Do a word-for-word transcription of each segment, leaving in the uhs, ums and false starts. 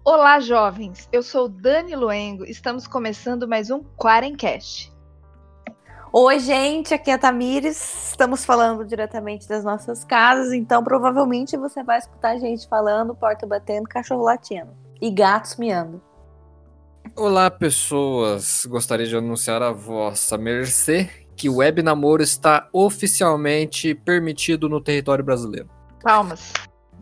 Olá, jovens! Eu sou Dani Luengo. Estamos começando mais um Quarencast. Oi, gente, aqui é a Tamires. Estamos falando diretamente das nossas casas, então provavelmente você vai escutar a gente falando, porta batendo, cachorro latindo e gatos miando. Olá, pessoas! Gostaria de anunciar a vossa mercê que o web namoro está oficialmente permitido no território brasileiro. Palmas.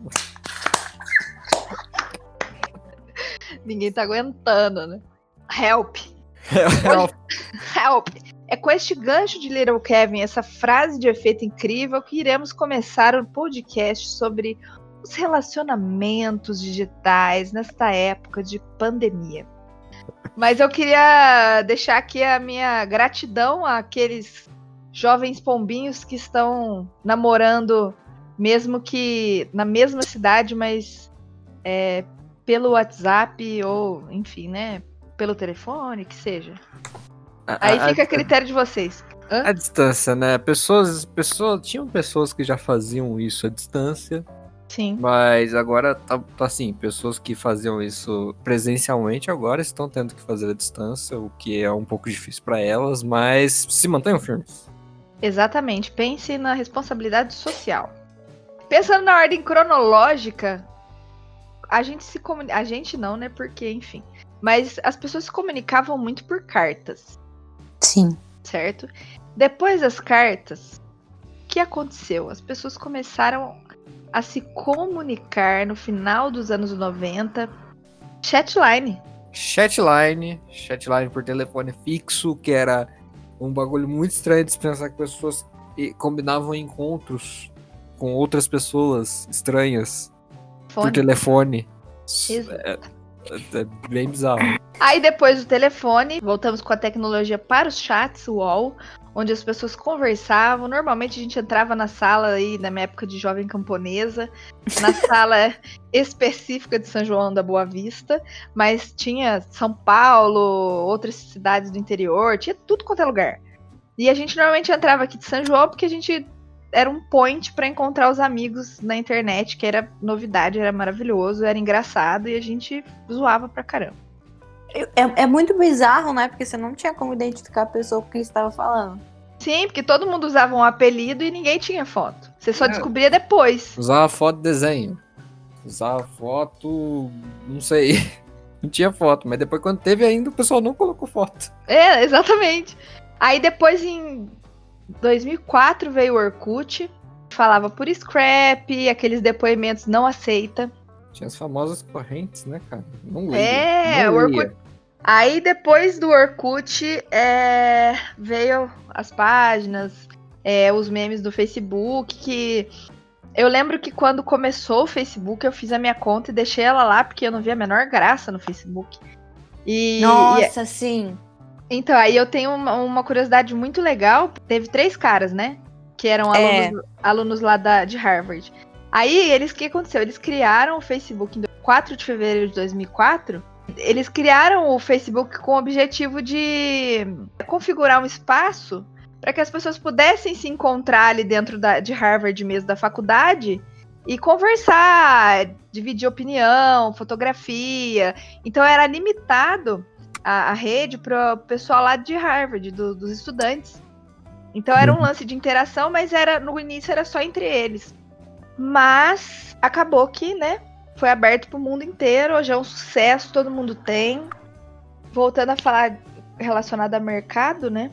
Ninguém tá aguentando, né? Help! Help. Help! É com este gancho de Little Kevin, essa frase de efeito incrível, que iremos começar um podcast sobre os relacionamentos digitais nesta época de pandemia. Mas eu queria deixar aqui a minha gratidão àqueles jovens pombinhos que estão namorando, mesmo que na mesma cidade, mas é, pelo WhatsApp ou, enfim, né, pelo telefone, que seja. Aí A, fica a, a critério de vocês. Hã? A distância, né? Pessoas, pessoas, tinham pessoas que já faziam isso à distância. Sim. Mas agora tá, tá assim, pessoas que faziam isso presencialmente agora estão tendo que fazer à distância, o que é um pouco difícil para elas, mas se mantenham firmes. Exatamente, pense na responsabilidade social. Pensando na ordem cronológica, a gente se comunica... A gente não, né? Porque, enfim. Mas as pessoas se comunicavam muito por cartas. Sim. Certo? Depois das cartas, o que aconteceu? As pessoas começaram a se comunicar no final dos anos noventa. Chatline. Chatline, chatline por telefone fixo, que era um bagulho muito estranho de se pensar que pessoas combinavam encontros com outras pessoas estranhas Fone. por telefone. É, é bem bizarro. Aí depois do telefone, voltamos com a tecnologia para os chats, U O L, onde as pessoas conversavam. Normalmente a gente entrava na sala aí, na minha época de jovem camponesa, na sala específica de São João da Boa Vista, mas tinha São Paulo, outras cidades do interior, tinha tudo quanto é lugar. E a gente normalmente entrava aqui de São João porque a gente era um point para encontrar os amigos na internet, que era novidade, era maravilhoso, era engraçado e a gente zoava pra caramba. É, é muito bizarro, né? Porque você não tinha como identificar a pessoa com quem estava falando. Sim, porque todo mundo usava um apelido e ninguém tinha foto. Você só é. descobria depois. Usava foto de desenho. Usava foto... não sei. Não tinha foto, mas depois quando teve ainda o pessoal não colocou foto. É, exatamente. Aí depois em dois mil e quatro veio o Orkut. Falava por scrap, aqueles depoimentos não aceita. Tinha as famosas correntes, né, cara? Não lembro. É, não o Orkut. Aí depois do Orkut é, veio as páginas, é, os memes do Facebook, que eu lembro que quando começou o Facebook eu fiz a minha conta e deixei ela lá porque eu não via a menor graça no Facebook. E, Nossa, e... sim. Então, aí eu tenho uma, uma curiosidade muito legal. Teve três caras, né? Que eram alunos, é. alunos lá da, de Harvard. Aí, eles, o que aconteceu? Eles criaram o Facebook em quatro de fevereiro de dois mil e quatro. Eles criaram o Facebook com o objetivo de configurar um espaço para que as pessoas pudessem se encontrar ali dentro da, de Harvard mesmo, da faculdade, e conversar, dividir opinião, fotografia. Então, era limitado a, a rede para o pessoal lá de Harvard, do, dos estudantes. Então, era um lance de interação, mas era no início era só entre eles. Mas acabou que, né, foi aberto para o mundo inteiro, hoje é um sucesso, todo mundo tem. Voltando a falar relacionado a mercado, né,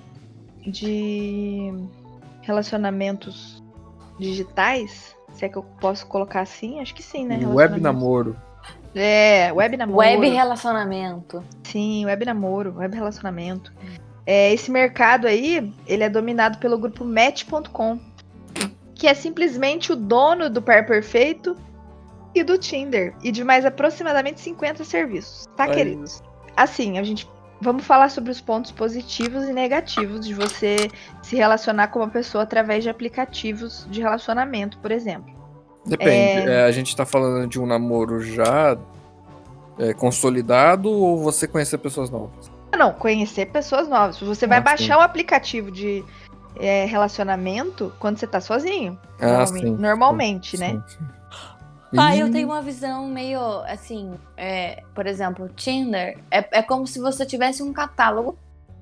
de relacionamentos digitais, se é que eu posso colocar assim, acho que sim, né? Web namoro. É, web namoro. Web relacionamento. Sim, web namoro, web relacionamento. É, esse mercado aí, ele é dominado pelo grupo Match ponto com, que é simplesmente o dono do Par Perfeito e do Tinder, e de mais aproximadamente cinquenta serviços, tá, Ai. queridos? Assim, a gente vamos falar sobre os pontos positivos e negativos de você se relacionar com uma pessoa através de aplicativos de relacionamento, por exemplo. Depende, é... É, a gente tá falando de um namoro já é, consolidado ou você conhecer pessoas novas? Não, conhecer pessoas novas. Você vai ah, baixar sim. um aplicativo de é, relacionamento quando você tá sozinho. Ah, normalmente, sim, normalmente sim, né? Sim, sim. Pai, E- eu tenho uma visão meio assim, é, por exemplo, o Tinder é, é como se você tivesse um catálogo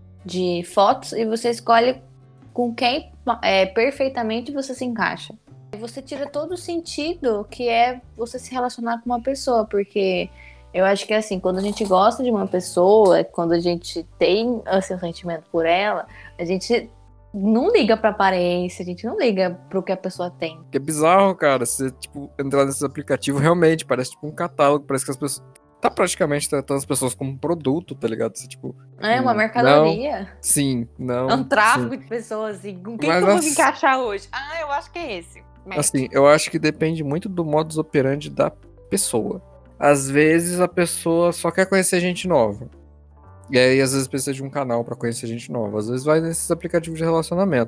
de fotos e você escolhe com quem é, perfeitamente você se encaixa. E você tira todo o sentido que é você se relacionar com uma pessoa, porque eu acho que assim, quando a gente gosta de uma pessoa, quando a gente tem assim, um sentimento por ela, a gente não liga pra aparência, a gente não liga pro que a pessoa tem. Que é bizarro, cara. Você, tipo, entrar nesses aplicativos, realmente, parece tipo um catálogo. Parece que as pessoas. Tá praticamente tratando as pessoas como um produto, tá ligado? Você, tipo. É uma hum, mercadoria. Não, sim, não. É um tráfico sim. de pessoas, assim. Com quem Mas que eu vou as- me encaixar hoje? Ah, eu acho que é esse. Match. Assim, eu acho que depende muito do modus operandi da pessoa. Às vezes a pessoa só quer conhecer gente nova. E aí, às vezes, precisa de um canal pra conhecer gente nova. Às vezes vai nesses aplicativos de relacionamento.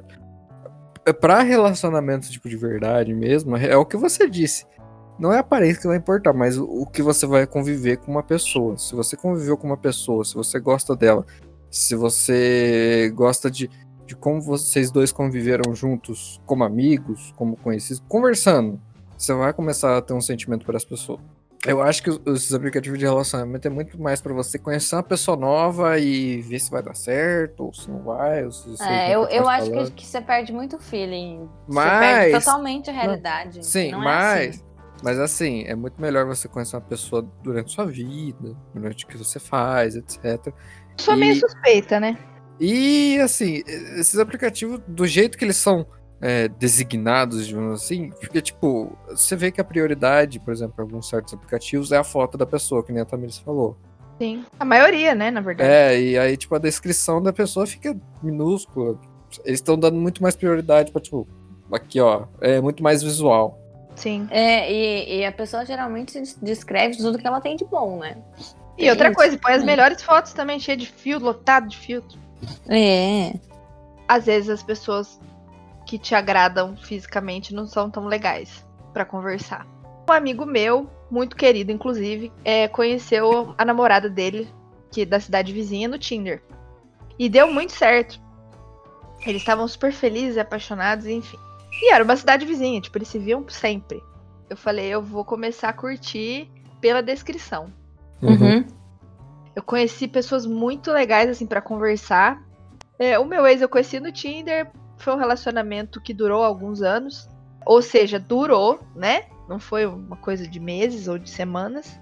É, pra relacionamento, tipo, de verdade mesmo, é o que você disse. Não é a aparência que vai importar, mas o, o que você vai conviver com uma pessoa. Se você conviveu com uma pessoa, se você gosta dela, se você gosta de, de como vocês dois conviveram juntos, como amigos, como conhecidos, conversando, você vai começar a ter um sentimento por essa pessoa. Eu acho que os- esses aplicativos de relacionamento é muito mais pra você conhecer uma pessoa nova e ver se vai dar certo, ou se não vai, ou se você É, vai eu, continuar eu acho que, falando. que você perde muito o feeling. Você Mas- perde totalmente a realidade. Sim, não mas, é assim. mas assim, é muito melhor você conhecer uma pessoa durante sua vida, durante o que você faz, etcétera. Sou E- meio suspeita, né? E assim, esses aplicativos, do jeito que eles são é, designados, digamos assim, porque tipo, você vê que a prioridade, por exemplo, em alguns certos aplicativos, é a foto da pessoa, que nem a Tamiris falou. Sim. A maioria, né, na verdade. É, e aí, tipo, a descrição da pessoa fica minúscula. Eles estão dando muito mais prioridade pra, tipo, aqui, ó, é muito mais visual. Sim. É, e, e a pessoa geralmente se descreve tudo que ela tem de bom, né? E Tem outra isso coisa, põe as também. melhores fotos também, cheia de filtro, lotado de filtro. É. Às vezes as pessoas que te agradam fisicamente não são tão legais pra conversar. Um amigo meu, muito querido inclusive, é, conheceu a namorada dele, que é da cidade vizinha, no Tinder. E deu muito certo. Eles estavam super felizes e apaixonados, enfim. E era uma cidade vizinha, tipo, eles se viam sempre. Eu falei, eu vou começar a curtir pela descrição. Uhum. Eu conheci pessoas muito legais, assim, pra conversar. É, o meu ex eu conheci no Tinder. Foi um relacionamento que durou alguns anos. Ou seja, durou, né? Não foi uma coisa de meses ou de semanas.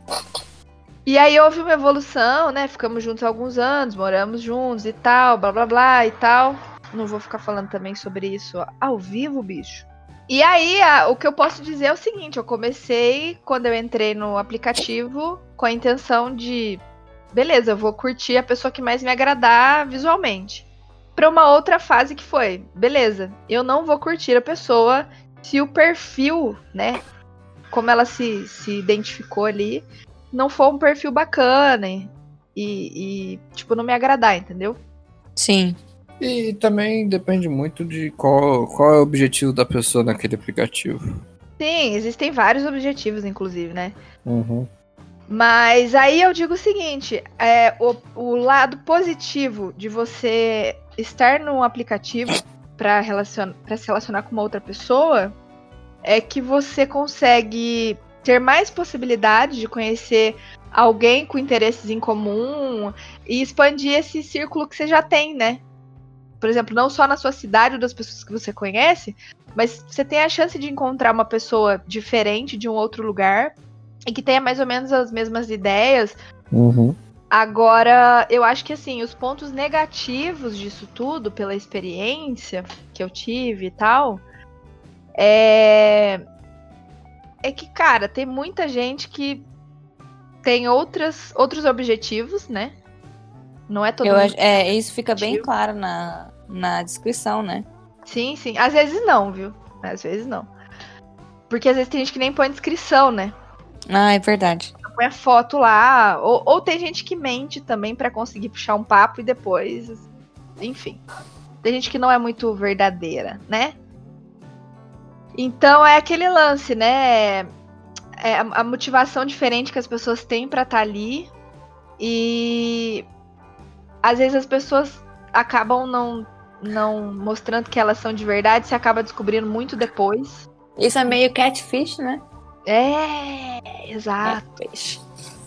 E aí houve uma evolução, né? Ficamos juntos há alguns anos, moramos juntos e tal, blá blá blá e tal. Não vou ficar falando também sobre isso ao vivo, bicho. E aí, a- o que eu posso dizer é o seguinte: eu comecei, quando eu entrei no aplicativo, com a intenção de, beleza, eu vou curtir a pessoa que mais me agradar visualmente. Pra uma outra fase que foi, beleza, eu não vou curtir a pessoa se o perfil, né, como ela se, se identificou ali, não for um perfil bacana e, e, tipo, não me agradar, entendeu? Sim. E também depende muito de qual, qual é o objetivo da pessoa naquele aplicativo. Sim, existem vários objetivos, inclusive, né? Uhum. Mas aí eu digo o seguinte, é, o, o lado positivo de você estar num aplicativo para relacion, para se relacionar com uma outra pessoa é que você consegue ter mais possibilidade de conhecer alguém com interesses em comum e expandir esse círculo que você já tem, né? Por exemplo, não só na sua cidade ou das pessoas que você conhece, mas você tem a chance de encontrar uma pessoa diferente de um outro lugar e que tenha mais ou menos as mesmas ideias. Uhum. Agora, eu acho que assim, os pontos negativos disso tudo, pela experiência que eu tive e tal, é, é que, cara, tem muita gente que tem outras, outros objetivos, né? Não é todo Eu, mundo. acho- é, isso fica bem objetivo. claro na, na descrição, né? Sim, sim. Às vezes não, viu? Às vezes não. Porque às vezes tem gente que nem põe descrição, né? Ah, é verdade. Põe a foto lá. Ou, ou tem gente que mente também pra conseguir puxar um papo e depois. Enfim. Tem gente que não é muito verdadeira, né? Então é aquele lance, né? É a, a motivação diferente que as pessoas têm pra estar ali. E às vezes as pessoas acabam não, não mostrando que elas são de verdade. Você acaba descobrindo muito depois. Isso é meio catfish, né? É, exato. Catfish.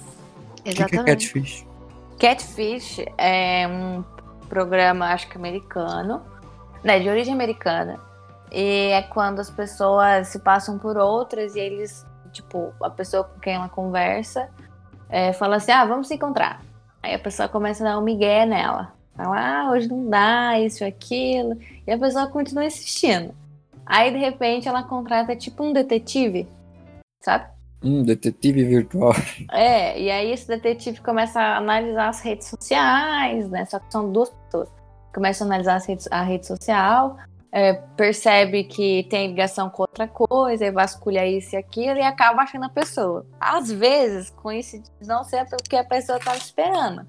O que, que é Exatamente. catfish? Catfish é um programa, acho que americano, né, de origem americana. E é quando as pessoas se passam por outras e eles, tipo, a pessoa com quem ela conversa é, fala assim, ah, vamos se encontrar. Aí a pessoa começa a dar um migué nela. Fala, ah, hoje não dá, isso e aquilo. E a pessoa continua insistindo. Aí, de repente, ela contrata tipo um detetive, sabe? Hum, detetive virtual. É, e aí esse detetive começa a analisar as redes sociais, né? Só que são duas pessoas. Começa a analisar as redes, a rede social, é, percebe que tem ligação com outra coisa, e vasculha isso e aquilo e acaba achando a pessoa. Às vezes, coincide não ser o que a pessoa estava esperando.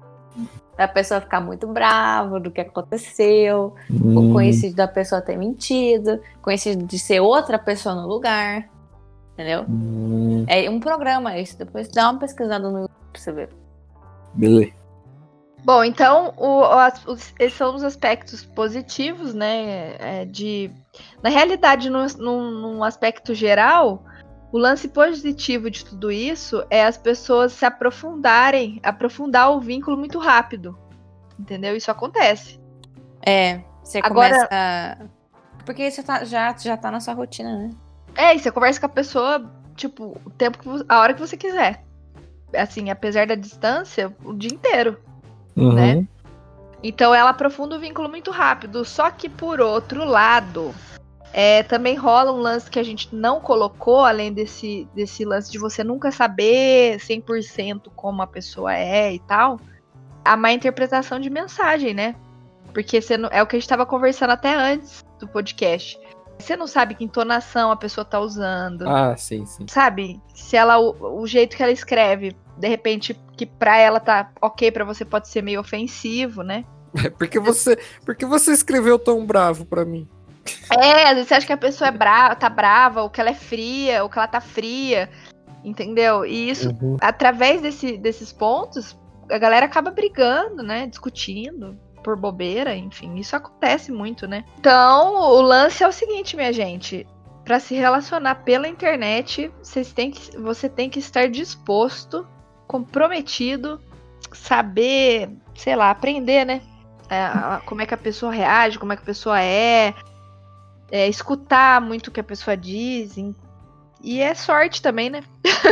A pessoa ficar muito brava do que aconteceu, Hum. ou coincide da pessoa ter mentido, coincide de ser outra pessoa no lugar, entendeu? Hum, É um programa isso, depois dá uma pesquisada no YouTube pra você ver. beleza. Bom, então, o- as- os- esses são os aspectos positivos, né? é, de, na realidade, num, num- num aspecto geral, o lance positivo de tudo isso é as pessoas se aprofundarem, aprofundar o vínculo muito rápido. Entendeu? Isso acontece. É, você Agora- começa... Porque isso tá- já, já tá na sua rotina, né? É, e você conversa com a pessoa, tipo, o tempo que vo- a hora que você quiser. Assim, apesar da distância, o dia inteiro. Uhum. Né? Então ela aprofunda o vínculo muito rápido. Só que por outro lado, é, também rola um lance que a gente não colocou, além desse, desse lance de você nunca saber cem por cento como a pessoa é e tal, a má interpretação de mensagem, né? Porque você não, é o que a gente estava conversando até antes do podcast. Você não sabe que entonação a pessoa tá usando. Ah, sim, sim. Sabe? Se ela o, o jeito que ela escreve, de repente, que pra ela tá ok, pra você pode ser meio ofensivo, né? É porque você, porque você escreveu tão bravo pra mim. É, às vezes você acha que a pessoa é brava, tá brava, ou que ela é fria, ou que ela tá fria, entendeu? E isso, Uhum. através desse, desses pontos, a galera acaba brigando, né? Discutindo por bobeira, enfim, isso acontece muito, né? Então, o lance é o seguinte, minha gente. Pra se relacionar pela internet, vocês têm que, você tem que estar disposto, comprometido, saber, sei lá, aprender, né? É, a- como é que a pessoa reage, como é que a pessoa é, é, escutar muito o que a pessoa diz. em- E é sorte também, né?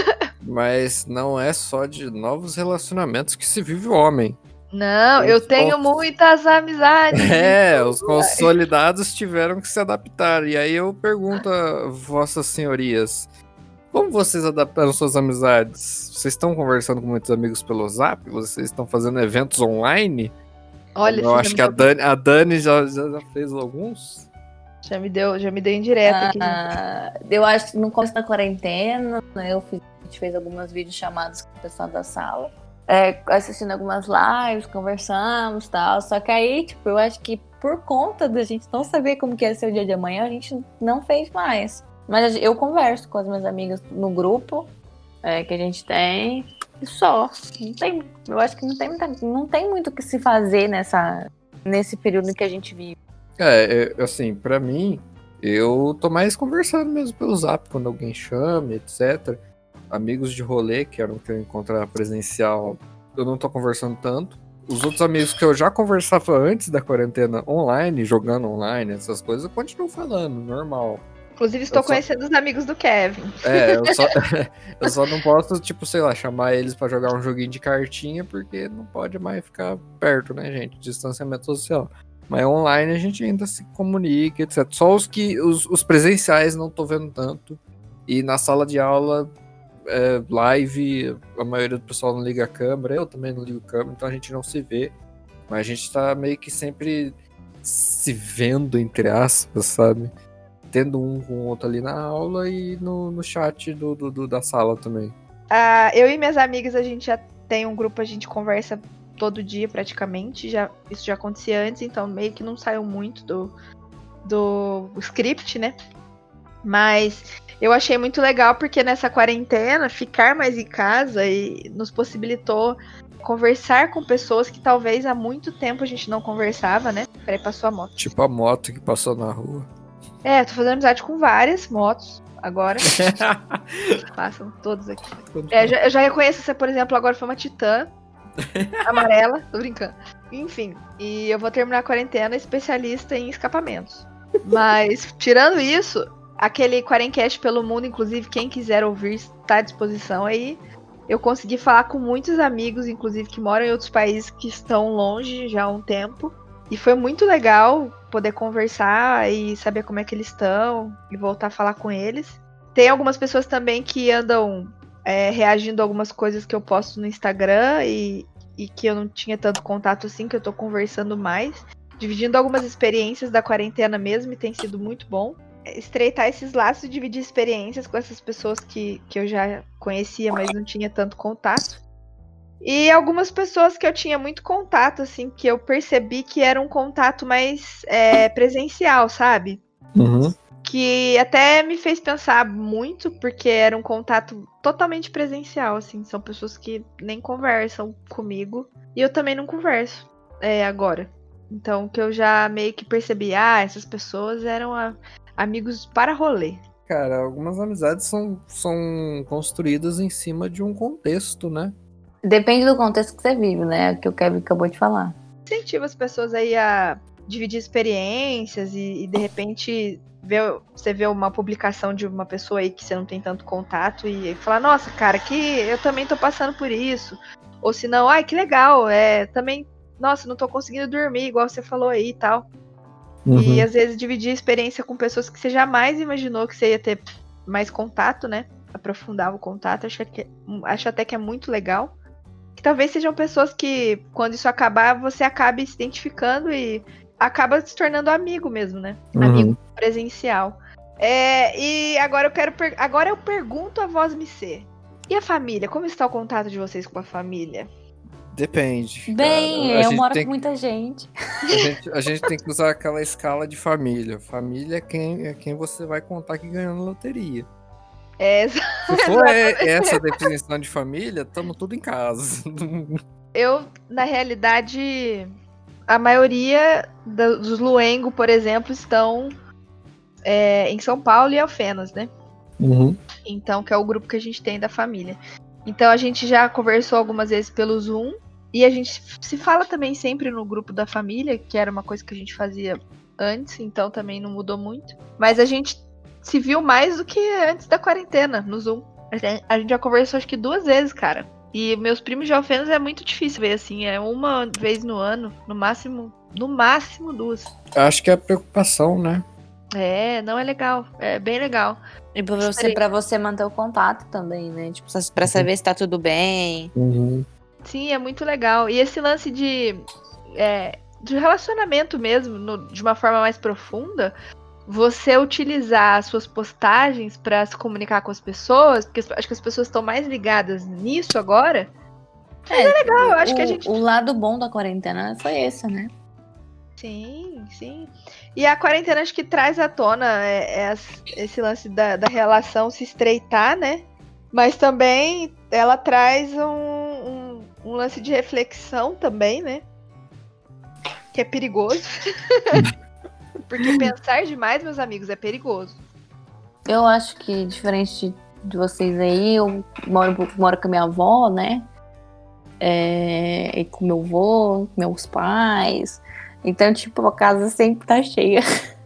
Mas não é só de novos relacionamentos que se vive o homem. Não, Os eu tenho pontos. muitas amizades. É, os consolidados tiveram que se adaptar. E aí eu pergunto a vossas senhorias, como vocês adaptaram suas amizades? Vocês estão conversando com muitos amigos pelo Zap? Vocês estão fazendo eventos online? Olha, eu você já acho me que a deu- Dani, a Dani já, já, já fez alguns. já me deu, já me deu indireta aqui. Ah, eu acho que no começo da quarentena, né, eu fiz, a gente fez algumas videochamadas com o pessoal da sala. É, assistindo algumas lives, conversamos e tal. Só que aí, tipo, eu acho que por conta da gente não saber como que ia ser o dia de amanhã, a gente não fez mais. Mas eu converso com as minhas amigas no grupo é, que a gente tem e só. Não tem, eu acho que não tem, muita, não tem muito o que se fazer nessa, nesse período que a gente vive. É, é, assim, pra mim, eu tô mais conversando mesmo pelo Zap, quando alguém chama, etcétera. Amigos de rolê, que eram que eu encontrar presencial, eu não tô conversando tanto. Os outros amigos que eu já conversava antes da quarentena online, jogando online, essas coisas, eu continuo falando, normal. Inclusive, estou eu só- conhecendo os amigos do Kevin. É, eu só, eu só não posso, tipo, sei lá, chamar eles pra jogar um joguinho de cartinha, porque não pode mais ficar perto, né, gente? Distanciamento social. Mas online a gente ainda se comunica, etcétera. Só os que os, os presenciais não tô vendo tanto. E na sala de aula, é, live, a maioria do pessoal não liga a câmera, eu também não ligo a câmera, então a gente não se vê. Mas a gente tá meio que sempre se vendo, entre aspas, sabe? Tendo um com o outro ali na aula e no, no chat do, do, do- da sala também. Ah, eu e minhas amigas, a gente já tem um grupo, a gente conversa todo dia praticamente. Já, isso já acontecia antes, então meio que não saiu muito do, do script, né? Mas eu achei muito legal porque nessa quarentena, ficar mais em casa e nos possibilitou conversar com pessoas que talvez há muito tempo a gente não conversava, né? Peraí, passou a moto. Tipo a moto que passou na rua. É, tô fazendo amizade com várias motos. agora. Façam todos aqui. É, já, eu já reconheço você, por exemplo, agora foi uma titã amarela. Tô brincando. Enfim, e eu vou terminar a quarentena especialista em escapamentos. Mas, tirando isso, aquele Quarencast pelo mundo, inclusive, quem quiser ouvir, está à disposição aí. Eu consegui falar com muitos amigos, inclusive, que moram em outros países que estão longe já há um tempo. E foi muito legal poder conversar e saber como é que eles estão e voltar a falar com eles. Tem algumas pessoas também que andam é, reagindo a algumas coisas que eu posto no Instagram e, e que eu não tinha tanto contato assim, que eu tô conversando mais. Dividindo algumas experiências da quarentena mesmo, e tem sido muito bom. Estreitar esses laços e dividir experiências com essas pessoas que, que eu já conhecia, mas não tinha tanto contato. E algumas pessoas que eu tinha muito contato, assim, que eu percebi que era um contato mais é, presencial, sabe? Uhum. Que até me fez pensar muito, porque era um contato totalmente presencial, assim. São pessoas que nem conversam comigo. E eu também não converso é, agora. Então, que eu já meio que percebi, ah, essas pessoas eram a, amigos para rolê. Cara, algumas amizades são, são construídas em cima de um contexto, né? Depende do contexto que você vive, né? Que o Kevin acabou de falar. Incentiva as pessoas aí a dividir experiências e, e de repente ver, você vê uma publicação de uma pessoa aí que você não tem tanto contato e falar, nossa, cara, que eu também tô passando por isso. Ou se não, ai, que legal, é, também, nossa, não tô conseguindo dormir, igual você falou aí e tal. Uhum. E às vezes dividir experiência com pessoas que você jamais imaginou que você ia ter mais contato, né? Aprofundar o contato, acho, que, acho até que é muito legal. Que talvez sejam pessoas que, quando isso acabar, você acabe se identificando e acaba se tornando amigo mesmo, né? Uhum. Amigo presencial. É, e agora eu quero. Per- agora eu pergunto a voz me ser. E a família? Como está o contato de vocês com a família? Depende. Bem, cara. eu moro tem... com muita gente. A, gente. a gente tem que usar aquela escala de família. Família é quem, é quem você vai contar que ganhou na loteria. É, Se for essa definição de família, estamos tudo em casa. Eu, na realidade, a maioria dos Luengo, por exemplo, estão é, em São Paulo e Alfenas, né? Uhum. Então, que é o grupo que a gente tem da família. Então, a gente já conversou algumas vezes pelo Zoom. E a gente se fala também sempre no grupo da família, que era uma coisa que a gente fazia antes, então também não mudou muito. Mas a gente se viu mais do que antes da quarentena, no Zoom. A gente já conversou acho que duas vezes, cara. E meus primos de Alfenas é muito difícil ver, assim. É uma vez no ano, no máximo, no máximo duas. Acho que é a preocupação, né? É, não é legal. É bem legal. E pra você, pra você manter o contato também, né? Tipo, pra saber uhum. se tá tudo bem. Uhum. Sim, é muito legal. E esse lance de, é, de relacionamento mesmo, no, de uma forma mais profunda, você utilizar as suas postagens para se comunicar com as pessoas, porque acho que as pessoas estão mais ligadas nisso agora. Mas é, é legal, eu acho o, que a gente... O lado bom da quarentena foi esse, né? Sim, sim. E a quarentena acho que traz à tona é, é, esse lance da, da relação se estreitar, né? Mas também ela traz um, um, um lance de reflexão também, né? Que é perigoso. Porque pensar demais, meus amigos, é perigoso. Eu acho que, diferente de vocês aí, eu moro, moro com a minha avó, né? É, e com meu avô, com meus pais. Então, tipo, a casa sempre tá cheia.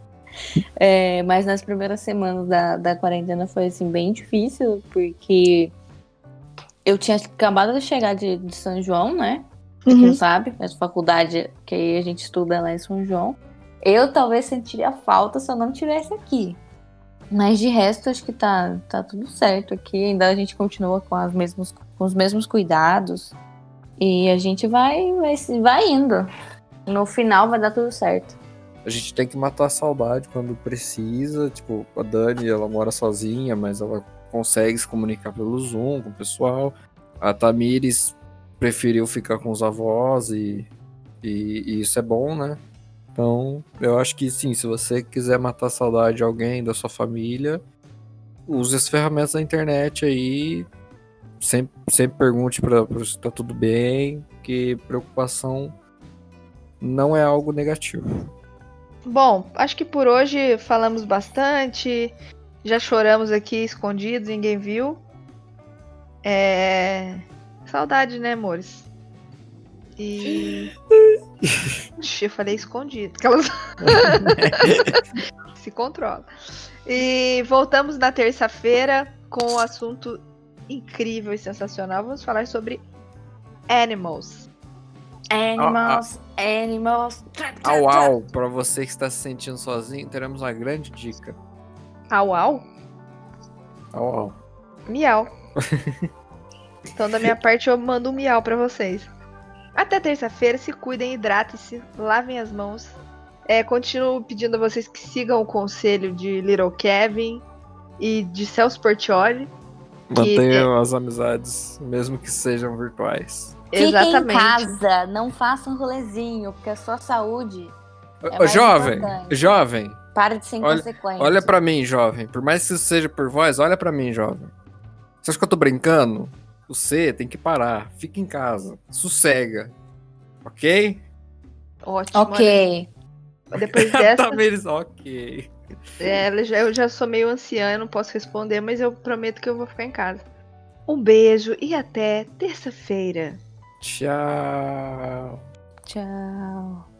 É, mas nas primeiras semanas da, da quarentena foi, assim, bem difícil, porque eu tinha acabado de chegar de, de São João, né? Pra quem não sabe, a faculdade que a gente estuda lá em São João. Eu talvez sentiria falta se eu não estivesse aqui. Mas de resto, acho que tá, tá tudo certo aqui. Ainda a gente continua com, as mesmos, com os mesmos cuidados. E a gente vai, vai, vai indo. No final vai dar tudo certo. A gente tem que matar a saudade quando precisa. Tipo, a Dani, ela mora sozinha, mas ela consegue se comunicar pelo Zoom com o pessoal. A Tamires preferiu ficar com os avós e, e, e isso é bom, né? Então, eu acho que sim, se você quiser matar a saudade de alguém, da sua família, use as ferramentas da internet aí, sempre, sempre pergunte pra, pra se tá tudo bem, que preocupação não é algo negativo. Bom, acho que por hoje falamos bastante, Já choramos aqui escondidos, ninguém viu. É... Saudade, né, amores? E... Ixi, eu falei escondido. Aquelas... Se controla. E voltamos na terça-feira com um assunto incrível e sensacional. Vamos falar sobre Animals. Animals, ah, ah. Animals. Au, au. Pra você que está se sentindo sozinho, teremos uma grande dica. Au, au? Au, au. Miau. Então, da minha parte, eu mando um miau pra vocês. Até terça-feira, se cuidem, hidratem-se, lavem as mãos. É, continuo pedindo a vocês que sigam o conselho de Little Kevin e de Celso Portiolli. Mantenham que... as amizades, mesmo que sejam virtuais. Exatamente. Fiquem em casa, não façam um rolezinho, porque a sua saúde é mais jovem, importante. Jovem, para de ser olha, inconsequente. Olha pra mim, jovem. Por mais que isso seja por voz, olha pra mim, jovem. Você acha que eu tô brincando? Você tem que parar. Fica em casa. Sossega. Ok? Ótimo. Ok. Olha. Depois dessa... Tamires, ok. É, eu já sou meio anciã, eu não posso responder, mas eu prometo que eu vou ficar em casa. Um beijo e até terça-feira. Tchau. Tchau.